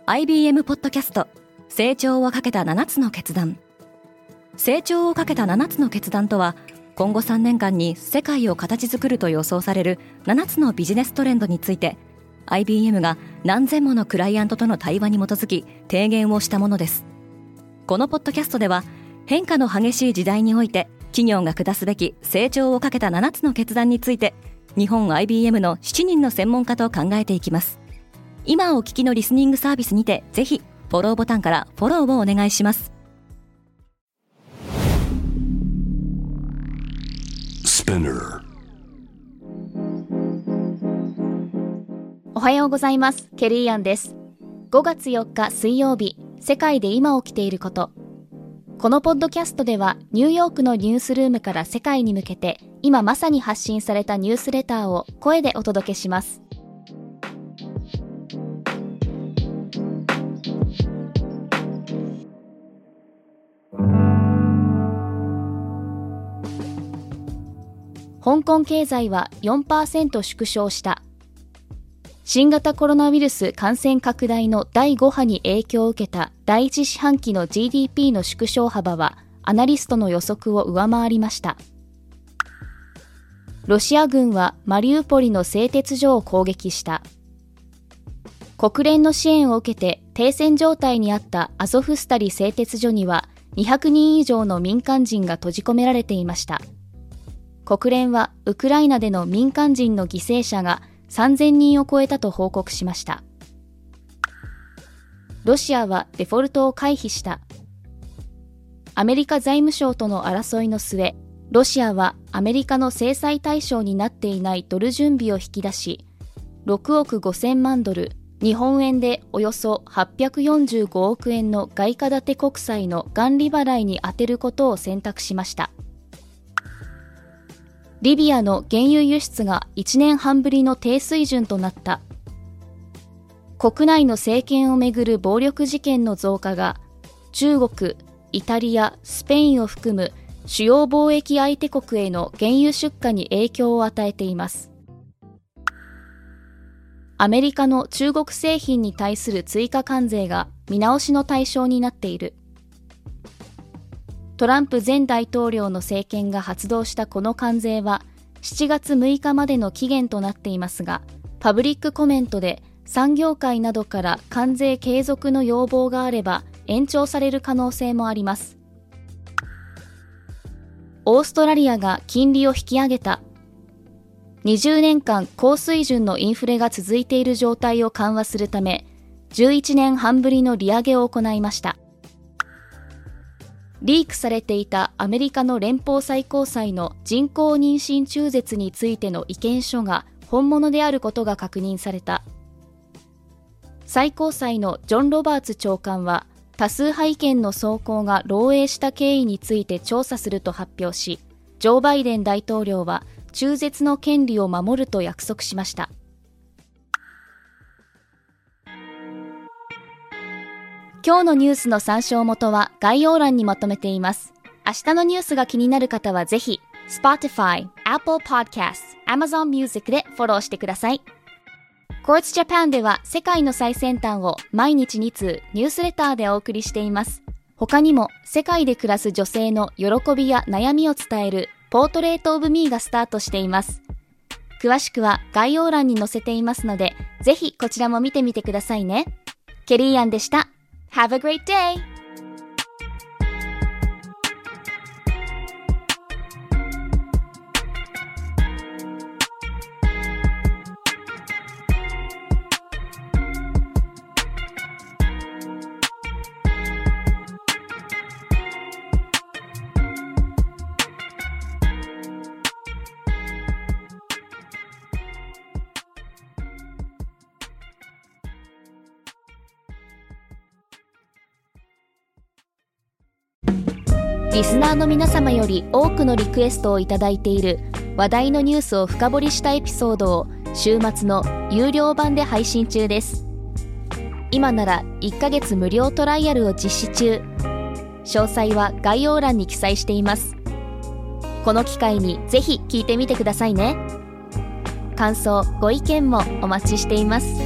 IBM ポッドキャスト成長をかけた7つの決断。成長をかけた7つの決断とは、今後3年間に世界を形作ると予想される7つのビジネストレンドについて IBM が何千ものクライアントとの対話に基づき提言をしたものです。このポッドキャストでは、変化の激しい時代において企業が下すべき成長をかけた7つの決断について、日本 IBM の7人の専門家と考えていきます。今お聞きのリスニングサービスにて、ぜひフォローボタンからフォローをお願いします。 おはようございます。ケリーアンです。5月4日水曜日、世界で今起きていること。このポッドキャストでは、ニューヨークのニュースルームから世界に向けて今まさに発信されたニュースレターを声でお届けします。香港経済は 4% 縮小した。新型コロナウイルス感染拡大の第5波に影響を受けた第1四半期の GDP の縮小幅はアナリストの予測を上回りました。ロシア軍はマリウポリの製鉄所を攻撃した。国連の支援を受けて停戦状態にあったアゾフスタリ製鉄所には200人以上の民間人が閉じ込められていました。国連はウクライナでの民間人の犠牲者が3000人を超えたと報告しました。ロシアはデフォルトを回避した。アメリカ財務省との争いの末、ロシアはアメリカの制裁対象になっていないドル準備を引き出し、6億5000万ドル、日本円でおよそ845億円の外貨建て国債の元利払いに充てることを選択しました。リビアの原油輸出が1年半ぶりの低水準となった。国内の政権をめぐる暴力事件の増加が中国、イタリア、スペインを含む主要貿易相手国への原油出荷に影響を与えています。アメリカの中国製品に対する追加関税が見直しの対象になっている。トランプ前大統領の政権が発動したこの関税は7月6日までの期限となっていますが、パブリックコメントで産業界などから関税継続の要望があれば延長される可能性もあります。オーストラリアが金利を引き上げた。20年間高水準のインフレが続いている状態を緩和するため、11年半ぶりの利上げを行いました。リークされていたアメリカの連邦最高裁の人工妊娠中絶についての意見書が本物であることが確認された。最高裁のジョン・ロバーツ長官は、多数派意見の草稿が漏洩した経緯について調査すると発表し、ジョー・バイデン大統領は中絶の権利を守ると約束しました。今日のニュースの参照元は概要欄にまとめています。明日のニュースが気になる方はぜひ Spotify、Apple Podcasts、Amazon Music でフォローしてください。Quartz Japan では世界の最先端を毎日2通ニュースレターでお送りしています。他にも世界で暮らす女性の喜びや悩みを伝えるポートレートオブミーがスタートしています。詳しくは概要欄に載せていますので、ぜひこちらも見てみてくださいね。ケリーアンでした。Have a great day! リスナーの皆様より多くのリクエストをいただいている話題のニュースを深掘りしたエピソードを週末の有料版で配信中です。今なら1ヶ月無料トライアルを実施中。詳細は概要欄に記載しています。この機会にぜひ聞いてみてくださいね。感想、ご意見もお待ちしています。